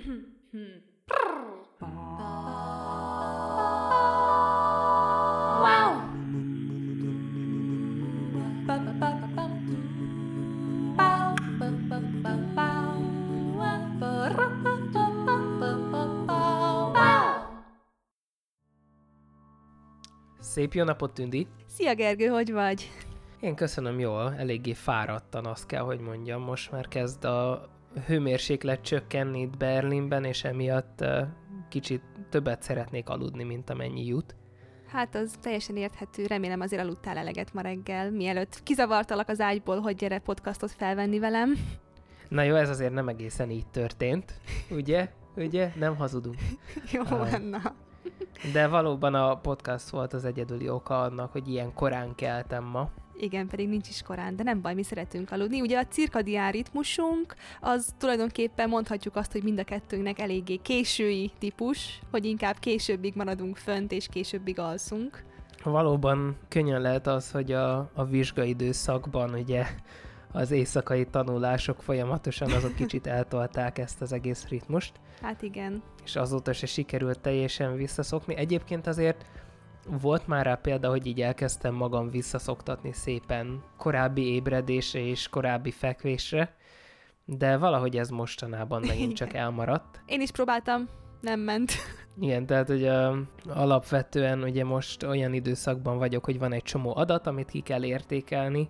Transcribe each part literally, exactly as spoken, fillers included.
Szép jó napot, Tündi! Szia, Gergő, hogy vagy? Én köszönöm jól, eléggé fáradtan, azt kell, hogy mondjam. Most már kezd a hőmérséklet csökkenni itt Berlinben, és emiatt uh, kicsit többet szeretnék aludni, mint amennyi jut. Hát az teljesen érthető, remélem azért aludtál eleget ma reggel, mielőtt kizavartalak az ágyból, hogy gyere podcastot felvenni velem. Na jó, ez azért nem egészen így történt, ugye? Ugye? Nem hazudunk. Jó van, na. De valóban a podcast volt az egyedüli oka annak, hogy ilyen korán keltem ma. Igen, pedig nincs is korán, de nem baj, mi szeretünk aludni. Ugye a cirkadián ritmusunk, az tulajdonképpen mondhatjuk azt, hogy mind a kettőnknek eléggé késői típus, hogy inkább későbbig maradunk fönt, és későbbig alszunk. Valóban könnyen lehet az, hogy a, a vizsgaidőszakban ugye az éjszakai tanulások folyamatosan azok kicsit eltolták ezt az egész ritmust. Hát igen. És azóta se sikerült teljesen visszaszokni. Egyébként azért volt már rá példa, hogy így elkezdtem magam visszaszoktatni szépen korábbi ébredésre és korábbi fekvésre, de valahogy ez mostanában megint csak elmaradt. Én is próbáltam, nem ment. Igen, tehát ugye alapvetően ugye most olyan időszakban vagyok, hogy van egy csomó adat, amit ki kell értékelni,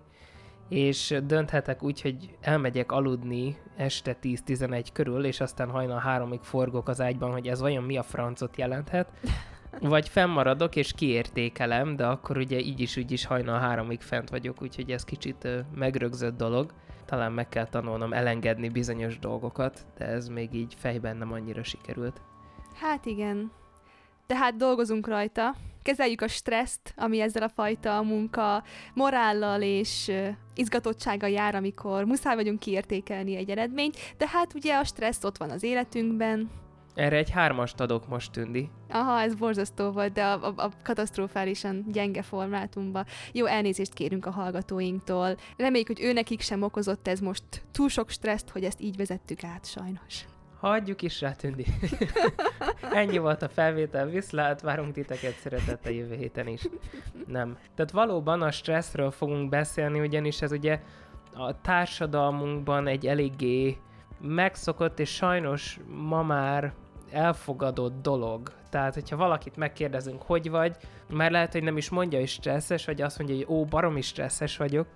és dönthetek úgy, hogy elmegyek aludni este tíz-tizenegy körül, és aztán hajnal háromig forgok az ágyban, hogy ez vajon mi a francot jelenthet, vagy fennmaradok és kiértékelem, de akkor ugye így is úgy is hajnal háromig fent vagyok, úgyhogy ez kicsit ö, megrögzött dolog. Talán meg kell tanulnom elengedni bizonyos dolgokat, de ez még így fejben nem annyira sikerült. Hát igen. Tehát dolgozunk rajta, kezeljük a stresszt, ami ezzel a fajta munka morállal és izgatottsággal jár, amikor muszáj vagyunk kiértékelni egy eredményt, de hát ugye a stressz ott van az életünkben. Erre egy hármast adok most, Tündi. Aha, ez borzasztó volt, de a, a, a katasztrofálisan gyenge formátumban. Jó, elnézést kérünk a hallgatóinktól. Reméljük, hogy ő nekik sem okozott ez most túl sok stresszt, hogy ezt így vezettük át, sajnos. Hagyjuk is rá, Tündi. Ennyi volt a felvétel, viszlát, várunk titeket szeretettel jövő héten is. Nem. Tehát valóban a stresszről fogunk beszélni, ugyanis ez ugye a társadalmunkban egy eléggé megszokott, és sajnos ma már elfogadott dolog. Tehát, hogyha valakit megkérdezünk, hogy vagy, már lehet, hogy nem is mondja, hogy stresszes, vagy azt mondja, hogy ó, baromi stresszes vagyok,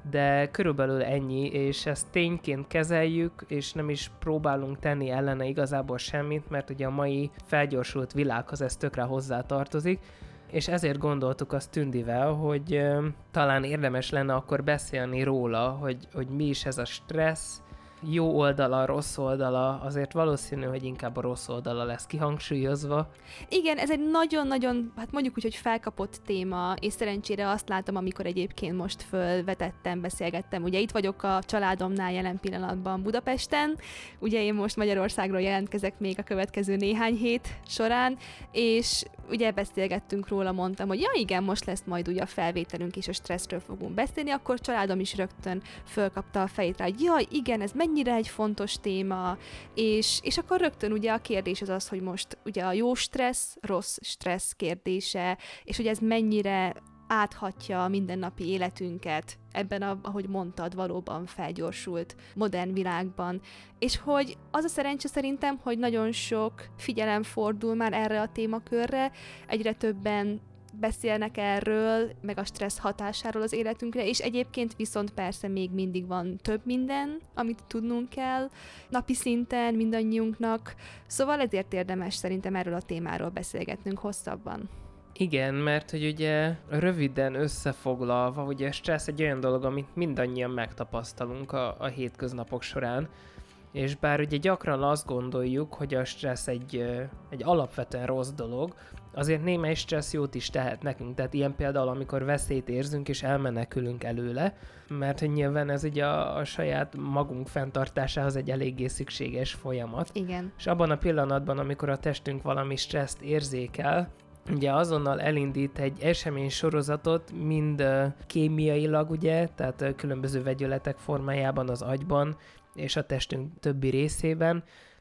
de körülbelül ennyi, és ezt tényként kezeljük, és nem is próbálunk tenni ellene igazából semmit, mert ugye a mai felgyorsult világhoz ez tökre hozzá tartozik, és ezért gondoltuk azt Tündivel, hogy ö, talán érdemes lenne akkor beszélni róla, hogy, hogy mi is ez a stressz, jó oldala, rossz oldala, azért valószínű, hogy inkább a rossz oldala lesz kihangsúlyozva. Igen, ez egy nagyon-nagyon, hát mondjuk úgy, hogy felkapott téma, és szerencsére azt látom, amikor egyébként most fölvetettem, beszélgettem. Ugye itt vagyok a családomnál jelen pillanatban Budapesten, ugye én most Magyarországról jelentkezek még a következő néhány hét során, és ugye beszélgettünk róla, mondtam, hogy ja igen, most lesz majd ugye a felvételünk, és a stresszről fogunk beszélni, akkor családom is rögtön fölkapta a fejét rá, hogy jaj, igen, ez mennyire egy fontos téma, és, és akkor rögtön ugye a kérdés az az, hogy most ugye a jó stressz, rossz stressz kérdése, és hogy ez mennyire áthatja a mindennapi életünket ebben, a, ahogy mondtad, valóban felgyorsult modern világban. És hogy az a szerencse szerintem, hogy nagyon sok figyelem fordul már erre a témakörre, egyre többen beszélnek erről, meg a stressz hatásáról az életünkre, és egyébként viszont persze még mindig van több minden, amit tudnunk kell napi szinten mindannyiunknak, szóval ezért érdemes szerintem erről a témáról beszélgetnünk hosszabban. Igen, mert hogy ugye röviden összefoglalva, ugye a stressz egy olyan dolog, amit mindannyian megtapasztalunk a, a hétköznapok során, és bár ugye gyakran azt gondoljuk, hogy a stressz egy, egy alapvetően rossz dolog, azért némely stressz jót is tehet nekünk, tehát ilyen például, amikor veszélyt érzünk és elmenekülünk előle, mert hogy nyilván ez ugye a, a saját magunk fenntartásához egy eléggé szükséges folyamat. Igen. És abban a pillanatban, amikor a testünk valami stresszt érzékel, ugye azonnal elindít egy esemény sorozatot, mind uh, kémiailag, ugye, tehát uh, különböző vegyületek formájában az agyban és a testünk többi részében,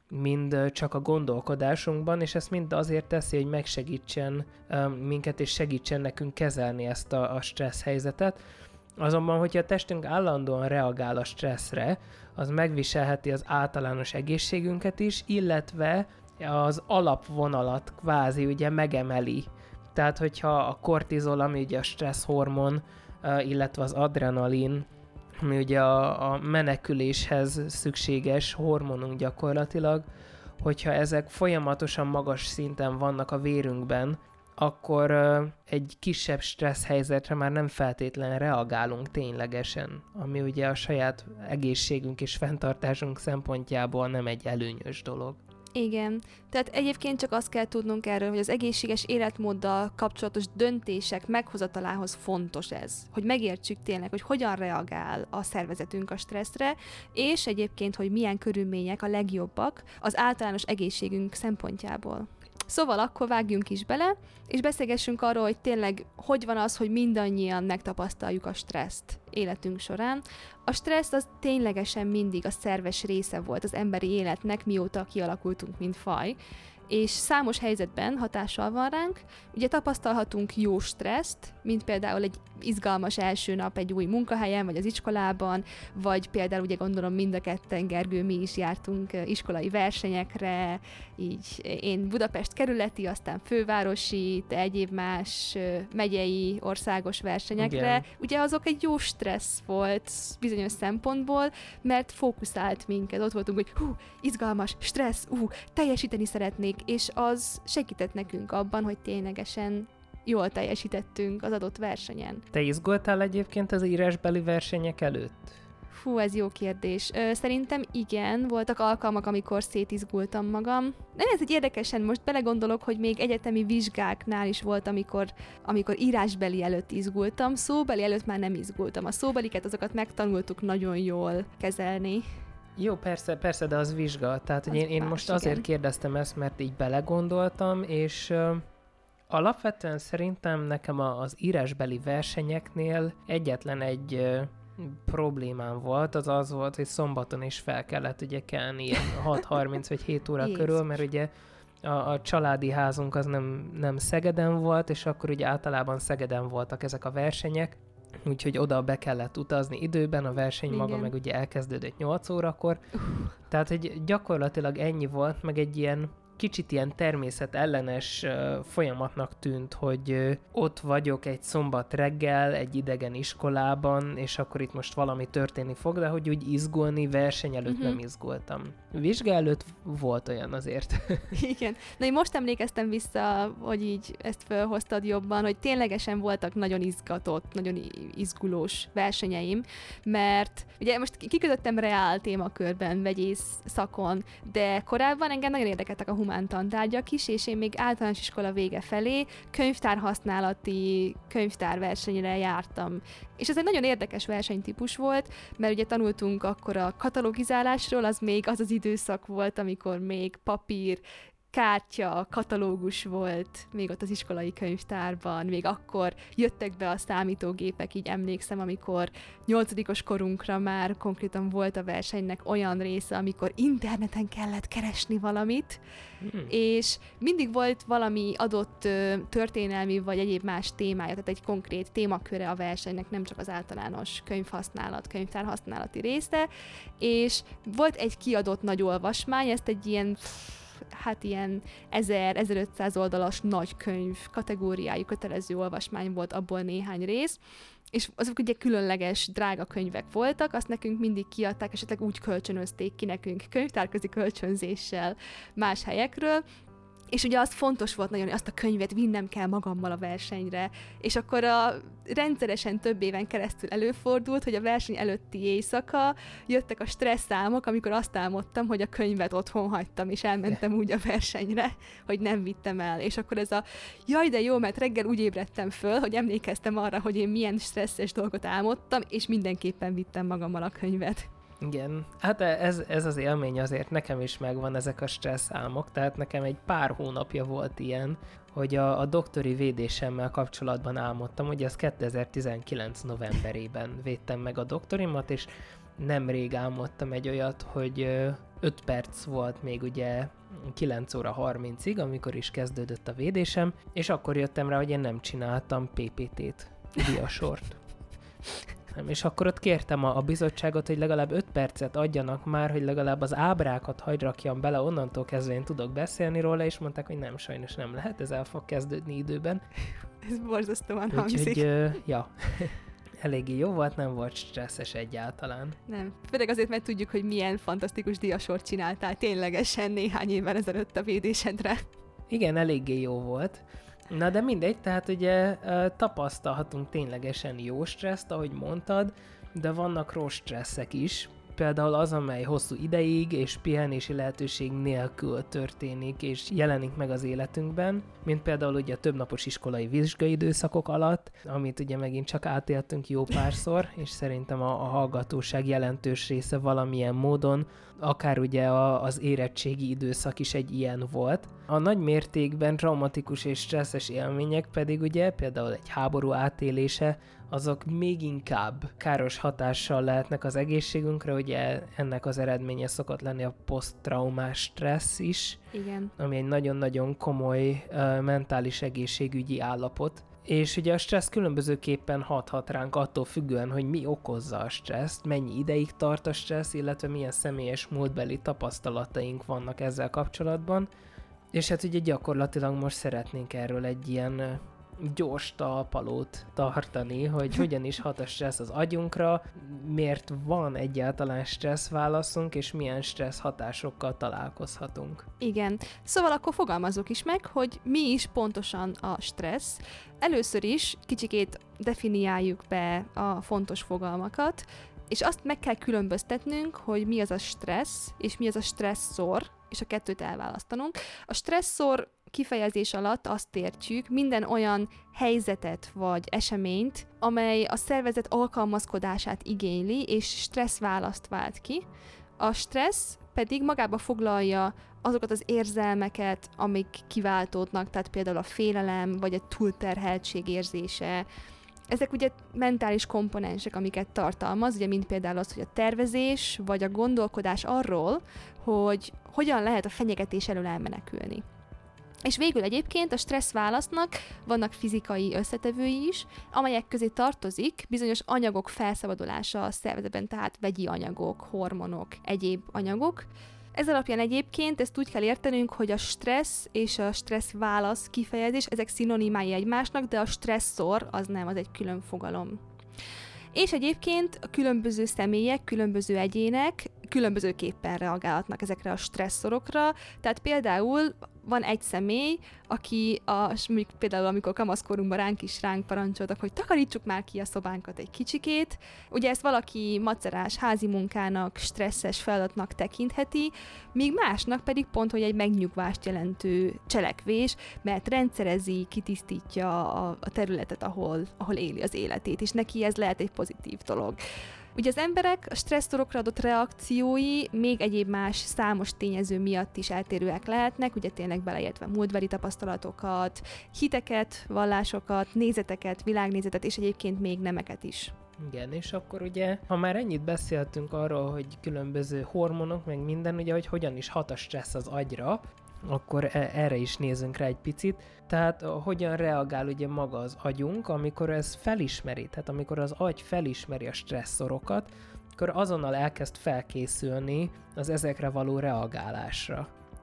mind csak a gondolkodásunkban, és ezt mind azért teszi, hogy megsegítsen minket, és segítsen nekünk kezelni ezt a, a stressz helyzetet. Azonban, hogyha a testünk állandóan reagál a stresszre, az megviselheti az általános egészségünket is, illetve az alapvonalat kvázi ugye megemeli. Tehát, hogyha a kortizol, ami ugye a stressz hormon, illetve az adrenalin, ami ugye a, a meneküléshez szükséges hormonunk gyakorlatilag, hogyha ezek folyamatosan magas szinten vannak a vérünkben, akkor uh, egy kisebb stressz helyzetre már nem feltétlenül reagálunk ténylegesen, ami ugye a saját egészségünk és fenntartásunk szempontjából nem egy előnyös dolog. Igen, tehát egyébként csak azt kell tudnunk erről, hogy az egészséges életmóddal kapcsolatos döntések meghozatalához fontos ez, hogy megértsük tényleg, hogy hogyan reagál a szervezetünk a stresszre, és egyébként, hogy milyen körülmények a legjobbak az általános egészségünk szempontjából. Szóval akkor vágjunk is bele, és beszélgessünk arról, hogy tényleg hogy van az, hogy mindannyian megtapasztaljuk a stresszt életünk során. A stressz az ténylegesen mindig a szerves része volt az emberi életnek, mióta kialakultunk, mint faj, és számos helyzetben hatással van ránk. Ugye tapasztalhatunk jó stresszt, mint például egy izgalmas első nap egy új munkahelyen, vagy az iskolában, vagy például ugye gondolom mind a ketten, Gergő, mi is jártunk iskolai versenyekre, így én Budapest kerületi, aztán fővárosi, de egyéb más megyei, országos versenyekre. Igen. Ugye azok egy jó stressz volt bizonyos szempontból, mert fókuszált minket. Ott voltunk, hogy hú, izgalmas, stressz, hú, teljesíteni szeretnék, és az segített nekünk abban, hogy ténylegesen jól teljesítettünk az adott versenyen. Te izgultál egyébként az írásbeli versenyek előtt? Fú, ez jó kérdés. Ö, szerintem igen, voltak alkalmak, amikor szétizgultam magam. Nem, ez egy érdekesen, most belegondolok, hogy még egyetemi vizsgáknál is volt, amikor, amikor írásbeli előtt izgultam, szóbeli előtt már nem izgultam. A szóbeliket, azokat megtanultuk nagyon jól kezelni. Jó, persze, persze, de az vizsga. Tehát, hogy én, én most igen. azért kérdeztem ezt, mert így belegondoltam, és uh, alapvetően szerintem nekem a, az írásbeli versenyeknél egyetlen egy uh, problémám volt, az az volt, hogy szombaton is fel kellett ugye kelni ilyen hat harminc vagy hét óra körül, mert ugye a, a családi házunk az nem, nem Szegeden volt, és akkor ugye általában Szegeden voltak ezek a versenyek, úgyhogy oda be kellett utazni időben, a verseny maga igen. meg ugye elkezdődött nyolc órakor. Uh. Tehát, hogy gyakorlatilag ennyi volt, meg egy ilyen kicsit ilyen természetellenes uh, folyamatnak tűnt, hogy uh, ott vagyok egy szombat reggel, egy idegen iskolában, és akkor itt most valami történni fog, de hogy úgy izgulni verseny előtt uh-huh. nem izgultam. Vizsga előtt volt olyan azért. Igen. Na én most emlékeztem vissza, hogy így ezt felhoztad jobban, hogy ténylegesen voltak nagyon izgatott, nagyon izgulós versenyeim, mert ugye most kikötöttem reál témakörben, vegyész szakon, de korábban engem nagyon érdekeltek a humántantárgyak is, és én még általános iskola vége felé könyvtárhasználati könyvtárversenyre jártam. És ez egy nagyon érdekes versenytípus volt, mert ugye tanultunk akkor a katalogizálásról, az még az az időszak volt, amikor még papír, kártya, katalógus volt még ott az iskolai könyvtárban, még akkor jöttek be a számítógépek, így emlékszem, amikor nyolcadikos korunkra már konkrétan volt a versenynek olyan része, amikor interneten kellett keresni valamit, hmm. és mindig volt valami adott ö, történelmi vagy egyéb más témája, tehát egy konkrét témaköre a versenynek, nem csak az általános könyvhasználat, könyvtárhasználati része, és volt egy kiadott nagy olvasmány, ezt egy ilyen hát ilyen ezer-ezerötszáz oldalas nagy könyv kategóriájú kötelező olvasmány volt, abból néhány rész, és azok ugye különleges, drága könyvek voltak, azt nekünk mindig kiadták, esetleg úgy kölcsönözték ki nekünk könyvtárközi kölcsönzéssel más helyekről, és ugye az fontos volt nagyon, hogy azt a könyvet vinnem kell magammal a versenyre, és akkor a rendszeresen több éven keresztül előfordult, hogy a verseny előtti éjszaka jöttek a stresszámok, amikor azt álmodtam, hogy a könyvet otthon hagytam, és elmentem úgy a versenyre, hogy nem vittem el. És akkor ez a jaj, de jó, mert reggel úgy ébredtem föl, hogy emlékeztem arra, hogy én milyen stresszes dolgot álmodtam, és mindenképpen vittem magammal a könyvet. Igen, hát ez, ez az élmény azért nekem is megvan, ezek a stressz álmok, tehát nekem egy pár hónapja volt ilyen, hogy a, a doktori védésemmel kapcsolatban álmodtam, hogy ez kétezer-tizenkilenc novemberében védtem meg a doktorimat, és nemrég álmodtam egy olyat, hogy öt perc volt még ugye kilenc óra harmincig, amikor is kezdődött a védésem, és akkor jöttem rá, hogy én nem csináltam pé pé té-t, diasort. Nem, és akkor ott kértem a, a bizottságot, hogy legalább öt percet adjanak már, hogy legalább az ábrákat hagy rakjam bele, onnantól kezdve én tudok beszélni róla, és mondták, hogy nem, sajnos nem lehet, ez el fog kezdődni időben. Ez borzasztóan hangzik. Úgyhogy, uh, ja, eléggé jó volt, nem volt stresszes egyáltalán. Nem, főleg azért, mert tudjuk, hogy milyen fantasztikus diasort csináltál ténylegesen néhány évvel ezelőtt a védésedre. Igen, eléggé jó volt. Na de mindegy, tehát ugye tapasztalhatunk ténylegesen jó stresszt, ahogy mondtad, de vannak rossz stresszek is. Például az, amely hosszú ideig és pihenési lehetőség nélkül történik és jelenik meg az életünkben, mint például ugye a többnapos iskolai vizsgai időszakok alatt, amit ugye megint csak átéltünk jó párszor, és szerintem a, a hallgatóság jelentős része valamilyen módon, akár ugye a, az érettségi időszak is egy ilyen volt. A nagy mértékben traumatikus és stresszes élmények pedig ugye például egy háború átélése, azok még inkább káros hatással lehetnek az egészségünkre, ugye ennek az eredménye szokott lenni a poszttraumás stressz is, Igen. ami egy nagyon-nagyon komoly uh, mentális egészségügyi állapot. És ugye a stressz különbözőképpen hathat ránk attól függően, hogy mi okozza a stresszt, mennyi ideig tart a stressz, illetve milyen személyes múltbeli tapasztalataink vannak ezzel kapcsolatban. És hát ugye gyakorlatilag most szeretnénk erről egy ilyen gyors talpalót tartani, hogy hogyan is hat a stressz az agyunkra, miért van egyáltalán stressz válaszunk, és milyen stressz hatásokkal találkozhatunk. Igen. Szóval akkor fogalmazzuk is meg, hogy mi is pontosan a stressz. Először is kicsikét definiáljuk be a fontos fogalmakat, és azt meg kell különböztetnünk, hogy mi az a stressz, és mi az a stresszor, és a kettőt elválasztanunk. A stresszor kifejezés alatt azt értjük minden olyan helyzetet vagy eseményt, amely a szervezet alkalmazkodását igényli, és stresszválaszt vált ki. A stressz pedig magába foglalja azokat az érzelmeket, amik kiváltódnak, tehát például a félelem, vagy a túlterheltség érzése. Ezek ugye mentális komponensek, amiket tartalmaz, ugye mint például az, hogy a tervezés, vagy a gondolkodás arról, hogy hogyan lehet a fenyegetés elől elmenekülni. És végül egyébként a stressz válasznak vannak fizikai összetevői is, amelyek közé tartozik bizonyos anyagok felszabadulása a szervezetben, tehát vegyi anyagok, hormonok, egyéb anyagok. Ez alapján egyébként ezt úgy kell értenünk, hogy a stressz és a stressz válasz kifejezés, ezek szinonimái egymásnak, de a stresszor az nem, az egy külön fogalom. És egyébként a különböző személyek, különböző egyének különbözőképpen reagálhatnak ezekre a stresszorokra. Tehát például van egy személy, aki a, például amikor kamaszkorunkban ránk is ránk parancsoltak, hogy takarítsuk már ki a szobánkat egy kicsikét. Ugye ezt valaki macerás házi munkának, stresszes feladatnak tekintheti, míg másnak pedig pont, hogy egy megnyugvást jelentő cselekvés, mert rendszerezi, kitisztítja a, a területet, ahol, ahol éli az életét, és neki ez lehet egy pozitív dolog. Ugye az emberek a stresszorokra adott reakciói még egyéb más számos tényező miatt is eltérőek lehetnek, ugye tényleg beleértve múltbeli tapasztalatokat, hiteket, vallásokat, nézeteket, világnézetet, és egyébként még nemeket is. Igen, és akkor ugye, ha már ennyit beszéltünk arról, hogy különböző hormonok, meg minden, ugye, hogy hogyan is hat a stressz az agyra, akkor erre is nézzünk rá egy picit. Tehát hogyan reagál ugye maga az agyunk, amikor ez felismeri, tehát amikor az agy felismeri a stresszorokat, akkor azonnal elkezd felkészülni az ezekre való reagálásra.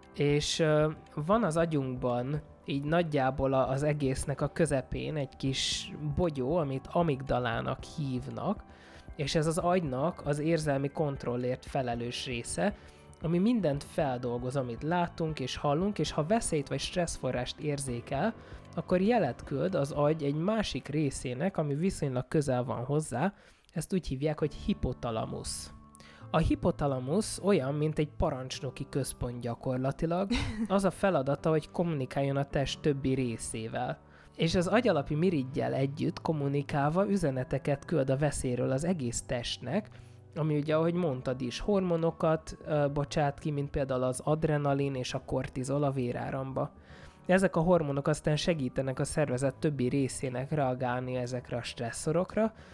És uh, van az agyunkban így nagyjából az egésznek a közepén egy kis bogyó, amit amigdalának hívnak, és ez az agynak az érzelmi kontrollért felelős része, ami mindent feldolgoz, amit látunk és hallunk, és ha veszélyt vagy stresszforrást érzékel, akkor jelet küld az agy egy másik részének, ami viszonylag közel van hozzá, ezt úgy hívják, hogy hipotalamusz. A hipotalamusz olyan, mint egy parancsnoki központ gyakorlatilag, az a feladata, hogy kommunikáljon a test többi részével. És az agyalapi miridgyel együtt kommunikálva üzeneteket küld a veszélyről az egész testnek, ami ugye, ahogy mondtad is, hormonokat uh, bocsát ki, mint például az adrenalin és a kortizol a véráramba. Ezek a hormonok aztán segítenek a szervezet többi részének reagálni ezekre a stresszorokra,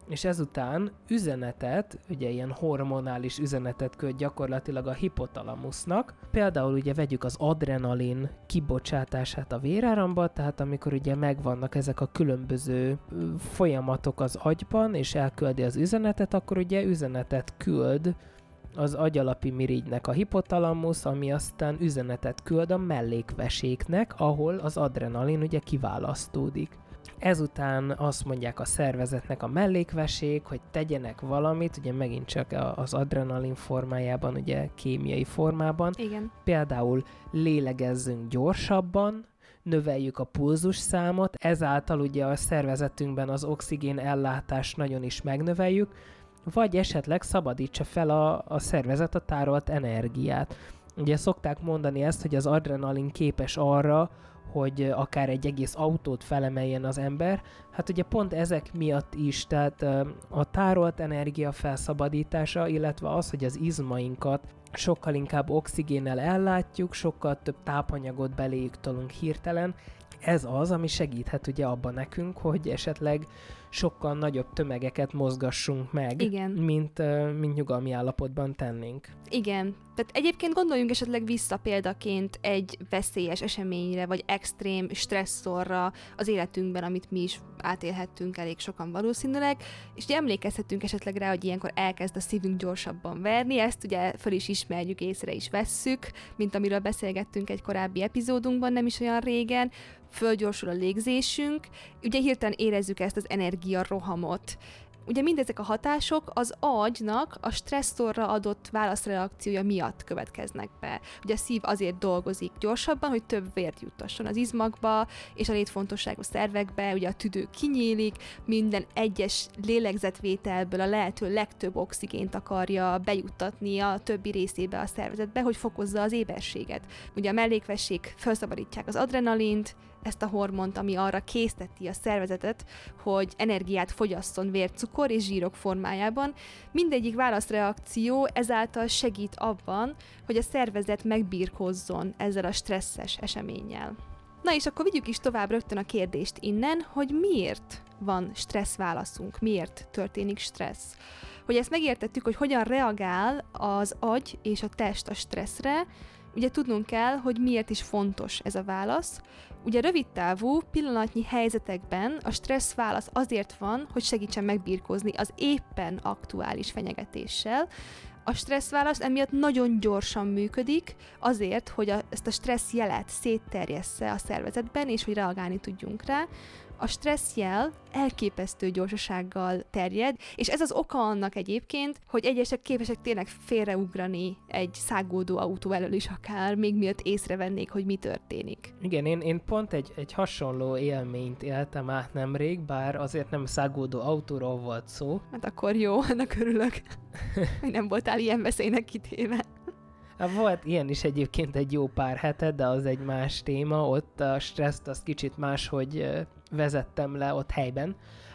és ezután üzenetet, ugye ilyen hormonális üzenetet küld gyakorlatilag a hipotalamusznak. Például ugye vegyük az adrenalin kibocsátását a véráramba, tehát amikor ugye megvannak ezek a különböző folyamatok az agyban, és elküldi az üzenetet, akkor ugye üzenetet küld az agyalapi mirigynek a hipotalamusz, ami aztán üzenetet küld a mellékveséknek, ahol az adrenalin ugye kiválasztódik. Ezután azt mondják a szervezetnek a mellékvesék, hogy tegyenek valamit, ugye megint csak az adrenalin formájában, ugye kémiai formában. Igen. Például lélegezzünk gyorsabban, növeljük a pulzusszámot, ezáltal ugye a szervezetünkben az oxigén ellátást nagyon is megnöveljük, vagy esetleg szabadítsa fel a, a szervezet a tárolt energiát. Ugye szokták mondani ezt, hogy az adrenalin képes arra, hogy akár egy egész autót felemeljen az ember. Hát ugye pont ezek miatt is, tehát a tárolt energia felszabadítása, illetve az, hogy az izmainkat sokkal inkább oxigénnel ellátjuk, sokkal több tápanyagot beléjük tolunk hirtelen. Ez az, ami segíthet ugye abban nekünk, hogy esetleg sokkal nagyobb tömegeket mozgassunk meg, Igen. mint, mint nyugalmi állapotban tennénk. Igen. Tehát egyébként gondoljunk esetleg vissza példaként egy veszélyes eseményre, vagy extrém stresszorra az életünkben, amit mi is átélhettünk elég sokan valószínűleg, és ugye emlékezhetünk esetleg rá, hogy ilyenkor elkezd a szívünk gyorsabban verni, ezt ugye föl is ismerjük, észre is vesszük, mint amiről beszélgettünk egy korábbi epizódunkban nem is olyan régen, fölgyorsul a légzésünk, ugye hirtelen érezzük ezt az energiarohamot. Ugye mindezek a hatások az agynak a stresszorra adott válaszreakciója miatt következnek be. Ugye a szív azért dolgozik gyorsabban, hogy több vért juttasson az izmakba, és a létfontosságú szervekbe, ugye a tüdő kinyílik, minden egyes lélegzetvételből a lehető legtöbb oxigént akarja bejuttatni a többi részébe a szervezetbe, hogy fokozza az éberséget. Ugye a mellékvesék felszabadítják az adrenalint, ezt a hormont, ami arra készteti a szervezetet, hogy energiát fogyasszon vércukor és zsírok formájában. Mindegyik válaszreakció ezáltal segít abban, hogy a szervezet megbirkózzon ezzel a stresszes eseménnyel. Na és akkor vigyük is tovább rögtön a kérdést innen, hogy miért van stressz válaszunk, miért történik stressz. Hogy ezt megértettük, hogy hogyan reagál az agy és a test a stresszre, ugye tudnunk kell, hogy miért is fontos ez a válasz. Ugye rövidtávú, pillanatnyi helyzetekben a stressz válasz azért van, hogy segítsen megbirkózni az éppen aktuális fenyegetéssel. A stressz válasz emiatt nagyon gyorsan működik, azért, hogy a, ezt a stressz jelet szétterjessze a szervezetben, és hogy reagálni tudjunk rá. A stresszjel elképesztő gyorsasággal terjed, és ez az oka annak egyébként, hogy egyesek képesek tényleg félreugrani egy szágódó autó elől is akár, még miatt észrevennék, hogy mi történik. Igen, én, én pont egy, egy hasonló élményt éltem át nemrég, bár azért nem szágódó autóról volt szó. Hát akkor jó, annak örülök, hogy nem voltál ilyen veszélynek kitéve. Hát volt ilyen is egyébként egy jó pár hete, de az egy más téma, ott a stresszt azt kicsit máshogy vezettem le ott helyben.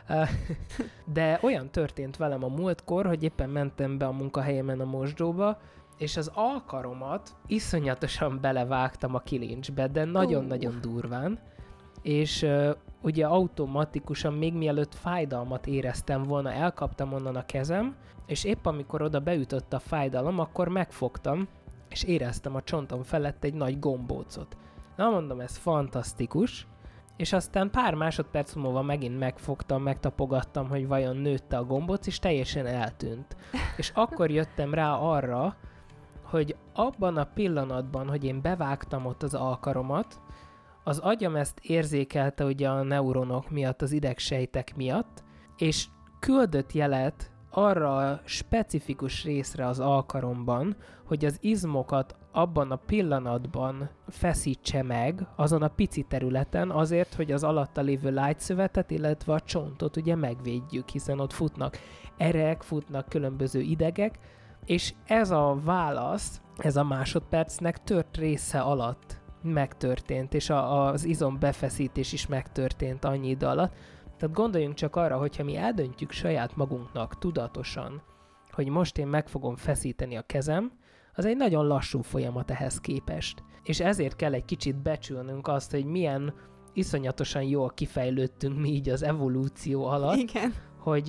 De olyan történt velem a múltkor, hogy éppen mentem be a munkahelyemen a mosdóba, és az alkaromat iszonyatosan belevágtam a kilincsbe, de nagyon-nagyon durván, és ugye automatikusan még mielőtt fájdalmat éreztem volna, elkaptam onnan a kezem, és épp amikor oda beütött a fájdalom, akkor megfogtam, és éreztem a csontom felett egy nagy gombócot. Na mondom, ez fantasztikus, és aztán pár másodperc múlva megint megfogtam, megtapogattam, hogy vajon nőtte a gombóc, és teljesen eltűnt. És akkor jöttem rá arra, hogy abban a pillanatban, hogy én bevágtam ott az alkaromat, az agyam ezt érzékelte ugye a neuronok miatt, az idegsejtek miatt, és küldött jelet arra a specifikus részre az alkaromban, hogy az izmokat abban a pillanatban feszítse meg azon a pici területen azért, hogy az alatta lévő lágyszövetet, illetve a csontot ugye megvédjük, hiszen ott futnak erek, futnak különböző idegek, és ez a válasz, ez a másodpercnek tört része alatt megtörtént, és a, az izom befeszítés is megtörtént annyi idő alatt. Tehát gondoljunk csak arra, hogyha mi eldöntjük saját magunknak tudatosan, hogy most én meg fogom feszíteni a kezem, az egy nagyon lassú folyamat ehhez képest. És ezért kell egy kicsit becsülnünk azt, hogy milyen iszonyatosan jól kifejlődtünk mi így az evolúció alatt, Igen. hogy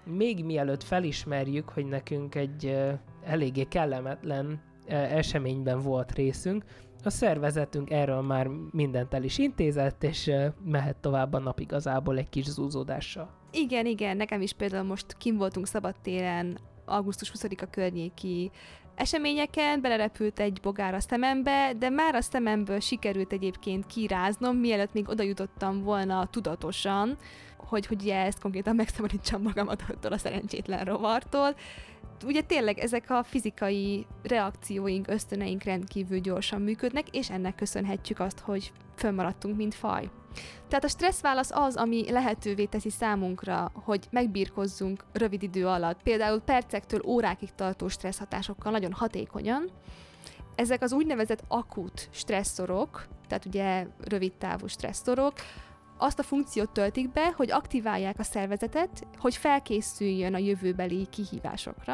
még mielőtt felismerjük, hogy nekünk egy uh, eléggé kellemetlen uh, eseményben volt részünk, a szervezetünk erről már mindent el is intézett, és uh, mehet tovább a nap igazából egy kis zúzódással. Igen, igen, nekem is például most kim voltunk szabadtéren, augusztus huszadika környéki eseményeken, belerepült egy bogár a szemembe, de már a szememből sikerült egyébként kiráznom, mielőtt még oda jutottam volna tudatosan, hogy, hogy ugye ezt konkrétan megszabadítsam magamat attól a szerencsétlen rovartól. Ugye tényleg ezek a fizikai reakcióink, ösztöneink rendkívül gyorsan működnek, és ennek köszönhetjük azt, hogy fönnmaradtunk, mint faj. Tehát a stresszválasz az, ami lehetővé teszi számunkra, hogy megbirkózzunk rövid idő alatt, például percektől órákig tartó stresszhatásokkal nagyon hatékonyan. Ezek az úgynevezett akut stresszorok, tehát ugye rövidtávú stresszorok, azt a funkciót töltik be, hogy aktiválják a szervezetet, hogy felkészüljön a jövőbeli kihívásokra.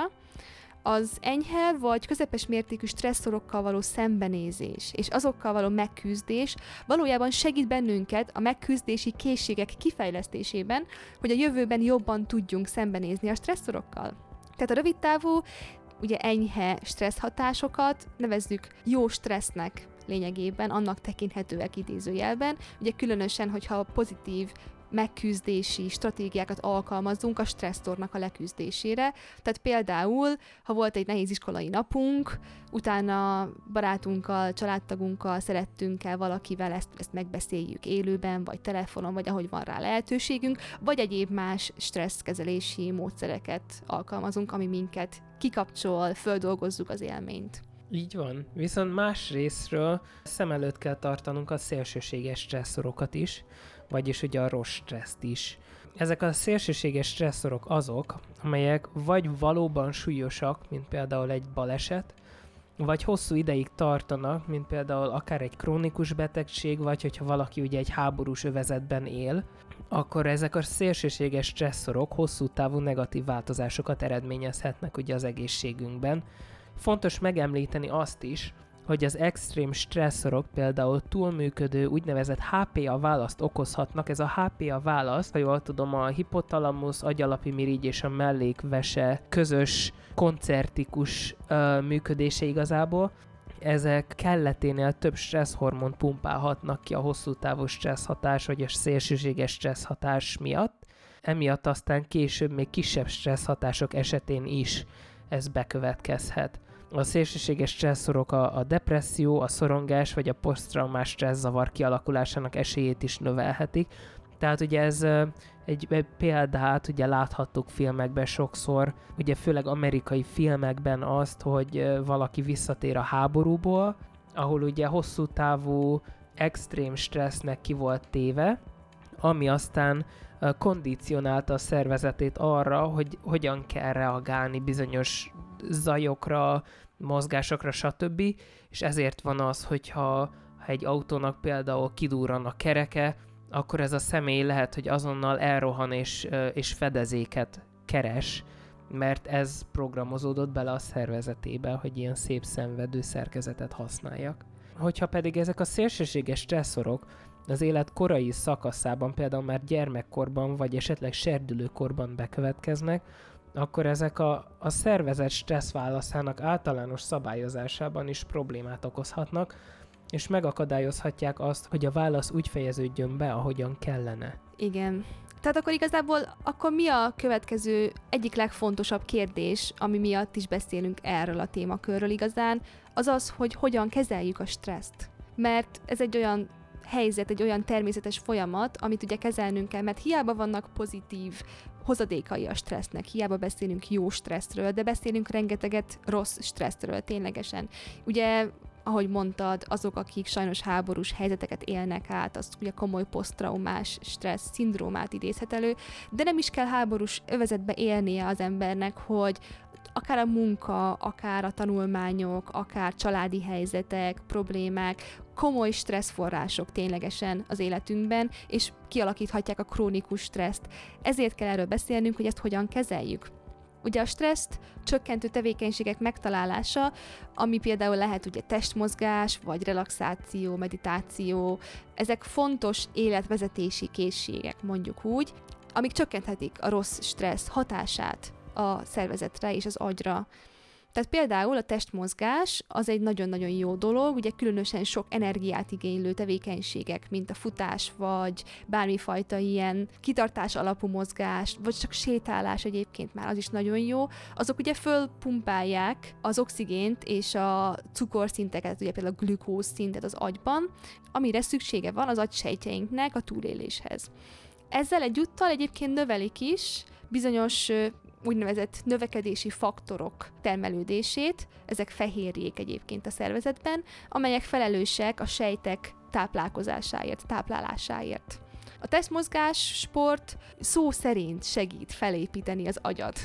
Az enyhe vagy közepes mértékű stresszorokkal való szembenézés és azokkal való megküzdés valójában segít bennünket a megküzdési készségek kifejlesztésében, hogy a jövőben jobban tudjunk szembenézni a stresszorokkal. Tehát a rövidtávú, ugye enyhe stressz hatásokat nevezzük jó stressznek lényegében, annak tekinthetőek idézőjelben, ugye különösen, hogyha pozitív megküzdési stratégiákat alkalmazunk a stresszornak a leküzdésére. Tehát például, ha volt egy nehéz iskolai napunk, utána barátunkkal, családtagunkkal, szerettünkkel, valakivel ezt, ezt megbeszéljük élőben, vagy telefonon, vagy ahogy van rá lehetőségünk, vagy egyéb más stresszkezelési módszereket alkalmazunk, ami minket kikapcsol, földolgozzuk az élményt. Így van. Viszont más részről szem előtt kell tartanunk a szélsőséges stresszorokat is, vagyis ugye a rossz stresszt is. Ezek a szélsőséges stresszorok azok, amelyek vagy valóban súlyosak, mint például egy baleset, vagy hosszú ideig tartanak, mint például akár egy krónikus betegség, vagy hogyha valaki ugye egy háborús övezetben él, akkor ezek a szélsőséges stresszorok hosszú távú negatív változásokat eredményezhetnek ugye az egészségünkben. Fontos megemlíteni azt is, hogy az extrém stresszorok például túlműködő úgynevezett há pé á választ okozhatnak. Ez a há pé á válasz, ha jól tudom, a hipotalamusz, agyalapi mirigy és a mellékvese közös koncertikus uh, működése igazából. Ezek kelleténél több stresszhormont pumpálhatnak ki a hosszú távú stressz hatás vagy a szélsőséges stressz hatás miatt. Emiatt aztán később még kisebb stressz hatások esetén is ez bekövetkezhet. A szélsőséges stresszorok a, a depresszió, a szorongás vagy a poszttraumás stresszavar kialakulásának esélyét is növelhetik. Tehát ugye ez egy, egy példát, ugye láthattuk filmekben sokszor, ugye főleg amerikai filmekben azt, hogy valaki visszatér a háborúból, ahol ugye hosszú távú extrém stressznek ki volt téve, ami aztán kondicionálta a szervezetét arra, hogy hogyan kell reagálni bizonyos zajokra, mozgásokra, stb. És ezért van az, hogyha ha egy autónak például kidurran a kereke, akkor ez a személy lehet, hogy azonnal elrohan és, és fedezéket keres, mert ez programozódott bele a szervezetébe, hogy ilyen szép szenvedő szerkezetet használjak. Hogyha pedig ezek a szélsőséges stresszorok az élet korai szakaszában, például már gyermekkorban, vagy esetleg serdülőkorban bekövetkeznek, akkor ezek a, a szervezet stresszválaszának általános szabályozásában is problémát okozhatnak, és megakadályozhatják azt, hogy a válasz úgy fejeződjön be, ahogyan kellene. Igen. Tehát akkor igazából akkor mi a következő egyik legfontosabb kérdés, ami miatt is beszélünk erről a témakörről igazán, az az, hogy hogyan kezeljük a stresszt. Mert ez egy olyan helyzet, egy olyan természetes folyamat, amit ugye kezelnünk kell, mert hiába vannak pozitív hozadékai a stressznek, hiába beszélünk jó stresszről, de beszélünk rengeteget rossz stresszről, ténylegesen. Ugye, ahogy mondtad, azok, akik sajnos háborús helyzeteket élnek át, az ugye komoly poszttraumás stressz szindrómát idézhet elő, de nem is kell háborús övezetbe élnie az embernek, hogy akár a munka, akár a tanulmányok, akár családi helyzetek, problémák, komoly stresszforrások ténylegesen az életünkben, és kialakíthatják a krónikus stresszt. Ezért kell erről beszélnünk, hogy ezt hogyan kezeljük. Ugye a stresszt csökkentő tevékenységek megtalálása, ami például lehet ugye testmozgás, vagy relaxáció, meditáció, ezek fontos életvezetési készségek, mondjuk úgy. amik csökkenthetik a rossz stressz hatását a szervezetre és az agyra. Tehát például a testmozgás az egy nagyon-nagyon jó dolog, ugye különösen sok energiát igénylő tevékenységek, mint a futás, vagy bármifajta ilyen kitartás alapú mozgás, vagy csak sétálás egyébként már az is nagyon jó, azok ugye fölpumpálják az oxigént és a cukorszinteket, ugye például a glükóz szintet az agyban, amire szüksége van az agysejtjeinknek a túléléshez. Ezzel egyúttal egyébként növelik is bizonyos úgynevezett növekedési faktorok termelődését, ezek fehérjék egyébként a szervezetben, amelyek felelősek a sejtek táplálkozásáért, táplálásáért. A testmozgás, sport szó szerint segít felépíteni az agyat.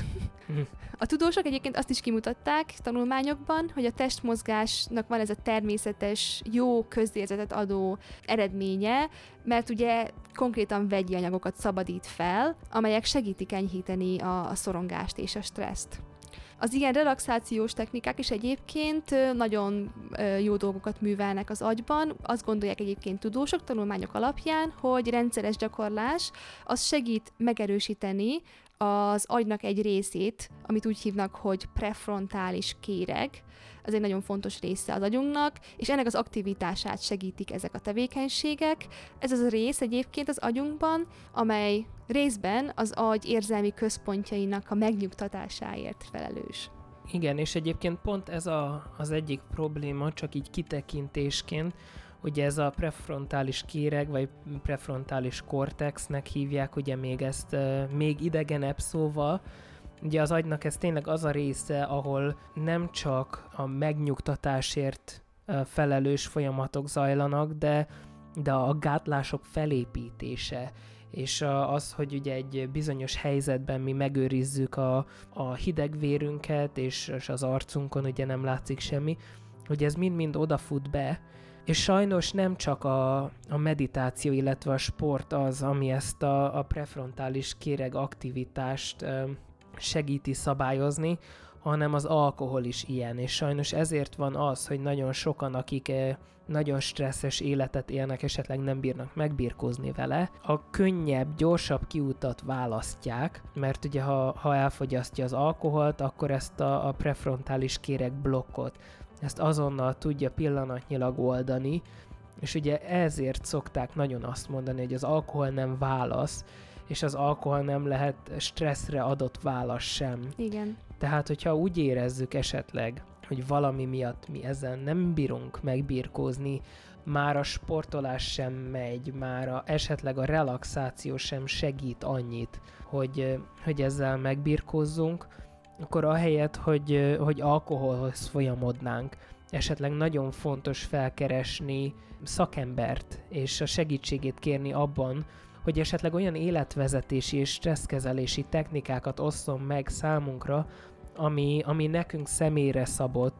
A tudósok egyébként azt is kimutatták tanulmányokban, hogy a testmozgásnak van ez a természetes, jó közérzetet adó eredménye, mert ugye konkrétan vegyi anyagokat szabadít fel, amelyek segítik enyhíteni a, a szorongást és a stresszt. Az ilyen relaxációs technikák is egyébként nagyon jó dolgokat művelnek az agyban. Azt gondolják egyébként tudósok tanulmányok alapján, hogy rendszeres gyakorlás az segít megerősíteni az agynak egy részét, amit úgy hívnak, hogy prefrontális kéreg. Ez egy nagyon fontos része az agyunknak, és ennek az aktivitását segítik ezek a tevékenységek. Ez az a rész egyébként az agyunkban, amely részben az agy érzelmi központjainak a megnyugtatásáért felelős. Igen, és egyébként pont ez a, az egyik probléma, csak így kitekintésként, ugye ez a prefrontális kéreg, vagy prefrontális kortexnek hívják, ugye még ezt uh, még idegenebb szóval. Ugye az agynak ez tényleg az a része, ahol nem csak a megnyugtatásért uh, felelős folyamatok zajlanak, de, de a gátlások felépítése, és uh, az, hogy ugye egy bizonyos helyzetben mi megőrizzük a, a hidegvérünket, és, és az arcunkon ugye nem látszik semmi, hogy ez mind-mind odafut be, és sajnos nem csak a, a meditáció, illetve a sport az, ami ezt a, a prefrontális kéreg aktivitást ö, segíti szabályozni, hanem az alkohol is ilyen, és sajnos ezért van az, hogy nagyon sokan, akik ö, nagyon stresszes életet élnek, esetleg nem bírnak megbirkózni vele, a könnyebb, gyorsabb kiutat választják, mert ugye ha, ha elfogyasztja az alkoholt, akkor ezt a, a prefrontális kéreg blokkot, ezt azonnal tudja pillanatnyilag oldani, és ugye ezért szokták nagyon azt mondani, hogy az alkohol nem válasz, és az alkohol nem lehet stresszre adott válasz sem. Igen. Tehát, hogyha úgy érezzük esetleg, hogy valami miatt mi ezzel nem bírunk megbirkózni, már a sportolás sem megy, már a, esetleg a relaxáció sem segít annyit, hogy, hogy ezzel megbirkózzunk, akkor ahelyett, hogy, hogy alkoholhoz folyamodnánk, esetleg nagyon fontos felkeresni szakembert, és a segítségét kérni abban, hogy esetleg olyan életvezetési és stresszkezelési technikákat osszon meg számunkra, ami, ami nekünk személyre szabott,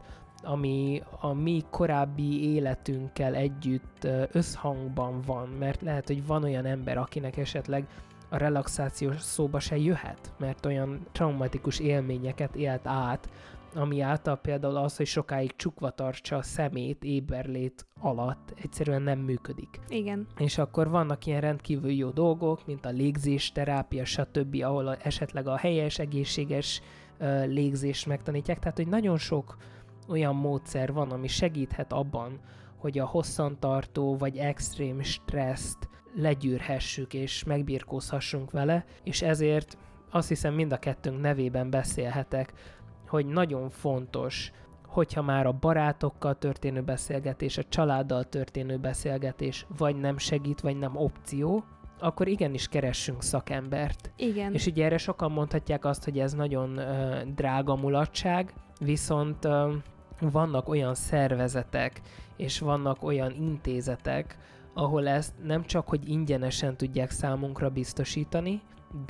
ami a mi korábbi életünkkel együtt összhangban van, mert lehet, hogy van olyan ember, akinek esetleg a relaxáció szóba se jöhet, mert olyan traumatikus élményeket élt át, ami által például az, hogy sokáig csukva tartsa a szemét éberlét alatt, egyszerűen nem működik. Igen. És akkor vannak ilyen rendkívül jó dolgok, mint a légzésterápia, stb., ahol a, esetleg a helyes, egészséges uh, légzést megtanítják, tehát hogy nagyon sok olyan módszer van, ami segíthet abban, hogy a hosszantartó vagy extrém stresszt legyűrhessük és megbirkózhassunk vele, és ezért azt hiszem mind a kettőnk nevében beszélhetek, hogy nagyon fontos, hogyha már a barátokkal történő beszélgetés, a családdal történő beszélgetés vagy nem segít, vagy nem opció, akkor igenis keressünk szakembert. Igen. És ugye erre sokan mondhatják azt, hogy ez nagyon uh, drága mulatság, viszont uh, vannak olyan szervezetek, és vannak olyan intézetek, ahol ezt nem csak, hogy ingyenesen tudják számunkra biztosítani,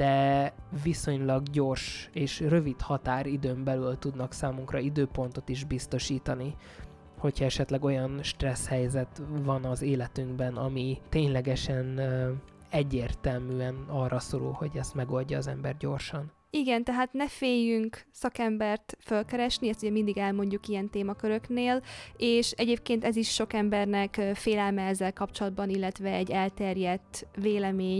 de viszonylag gyors és rövid határidőn belül tudnak számunkra időpontot is biztosítani, hogyha esetleg olyan stressz helyzet van az életünkben, ami ténylegesen uh, egyértelműen arra szorul, hogy ezt megoldja az ember gyorsan. Igen, tehát ne féljünk szakembert fölkeresni, ezt ugye mindig elmondjuk ilyen témaköröknél, és egyébként ez is sok embernek félelme ezzel kapcsolatban, illetve egy elterjedt vélemény,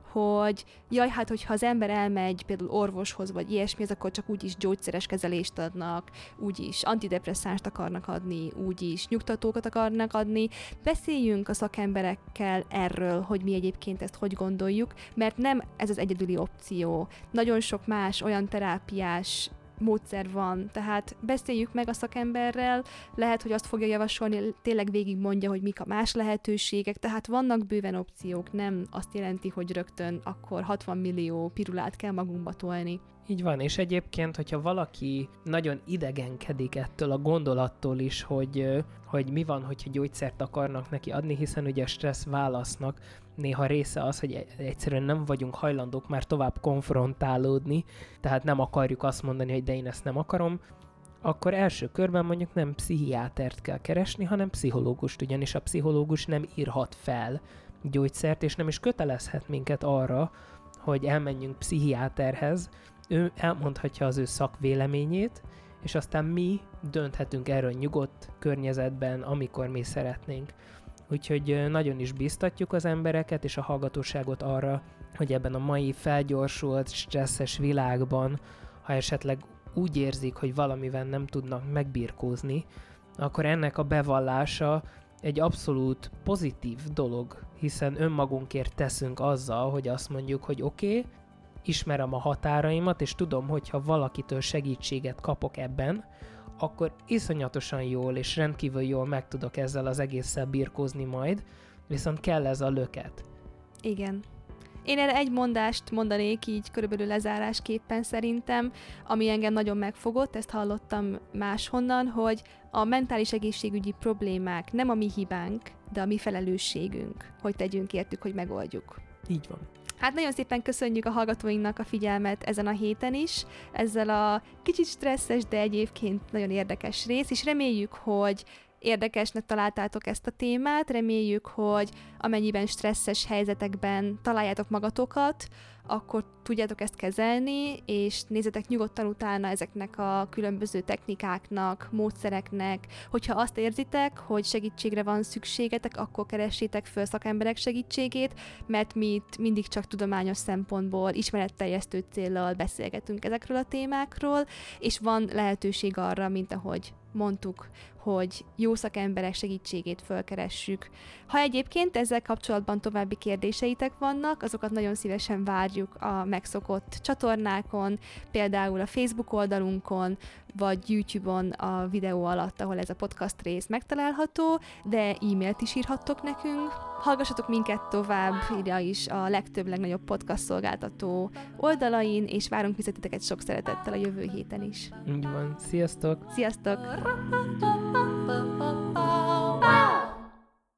hogy jaj, hát hogyha az ember elmegy például orvoshoz, vagy ilyesmi, az akkor csak úgyis gyógyszeres kezelést adnak, úgyis antidepresszánst akarnak adni, úgyis nyugtatókat akarnak adni. Beszéljünk a szakemberekkel erről, hogy mi egyébként ezt hogy gondoljuk, mert nem ez az egyedüli opció. Nagyon sok más olyan terápiás módszer van, tehát beszéljük meg a szakemberrel, lehet, hogy azt fogja javasolni, tényleg végig mondja, hogy mik a más lehetőségek, tehát vannak bőven opciók, nem azt jelenti, hogy rögtön akkor hatvan millió pirulát kell magunkba tolni. Így van, és egyébként, hogyha valaki nagyon idegenkedik ettől a gondolattól is, hogy, hogy mi van, hogyha gyógyszert akarnak neki adni, hiszen ugye a stressz válasznak néha része az, hogy egyszerűen nem vagyunk hajlandók már tovább konfrontálódni, tehát nem akarjuk azt mondani, hogy de én ezt nem akarom, akkor első körben mondjuk nem pszichiátert kell keresni, hanem pszichológust, ugyanis a pszichológus nem írhat fel gyógyszert, és nem is kötelezhet minket arra, hogy elmenjünk pszichiáterhez. Ő elmondhatja az ő szakvéleményét, és aztán mi dönthetünk erről nyugodt környezetben, amikor mi szeretnénk. Úgyhogy nagyon is biztatjuk az embereket és a hallgatóságot arra, hogy ebben a mai felgyorsult, stresszes világban, ha esetleg úgy érzik, hogy valamivel nem tudnak megbirkózni, akkor ennek a bevallása egy abszolút pozitív dolog, hiszen önmagunkért teszünk azzal, hogy azt mondjuk, hogy oké, okay, ismerem a határaimat, és tudom, hogy ha valakitől segítséget kapok ebben, akkor iszonyatosan jól és rendkívül jól meg tudok ezzel az egésszel birkózni majd, viszont kell ez a löket. Igen. Én erre egy mondást mondanék így körülbelül lezárásképpen szerintem, ami engem nagyon megfogott, ezt hallottam máshonnan, hogy a mentális egészségügyi problémák nem a mi hibánk, de a mi felelősségünk, hogy tegyünk értük, hogy megoldjuk. Így van. Hát nagyon szépen köszönjük a hallgatóinknak a figyelmet ezen a héten is, ezzel a kicsit stresszes, de egyébként nagyon érdekes rész, és reméljük, hogy érdekesnek találtátok ezt a témát, reméljük, hogy amennyiben stresszes helyzetekben találjátok magatokat, akkor tudjátok ezt kezelni, és nézzetek nyugodtan utána ezeknek a különböző technikáknak, módszereknek. Hogyha azt érzitek, hogy segítségre van szükségetek, akkor keressétek föl szakemberek segítségét, mert mi itt mindig csak tudományos szempontból, ismeretterjesztő céllal beszélgetünk ezekről a témákról, és van lehetőség arra, mint ahogy mondtuk, hogy jó szakemberek segítségét fölkeressük. Ha egyébként ezzel kapcsolatban további kérdéseitek vannak, azokat nagyon szívesen várjuk a megszokott csatornákon, például a Facebook oldalunkon, vagy YouTube-on a videó alatt, ahol ez a podcast rész megtalálható, de e-mailt is írhattok nekünk. Hallgassatok minket továbbra is a legtöbb, legnagyobb podcast szolgáltató oldalain, és várunk visszatiteket sok szeretettel a jövő héten is. Így van. Sziasztok! Sziasztok!